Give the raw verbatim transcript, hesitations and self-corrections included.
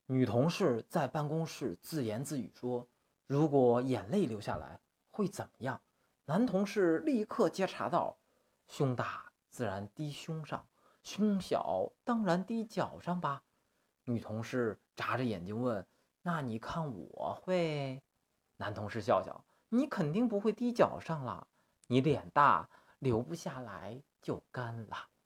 女同事在办公室自言自语说：“如果眼泪流下来会怎么样？”男同事立刻接茬道：“胸大自然滴胸上，胸小当然滴脚上吧。”女同事眨着眼睛问：“那你看我会？”男同事笑笑：“你肯定不会滴脚上了，你脸大，流不下来就干了。”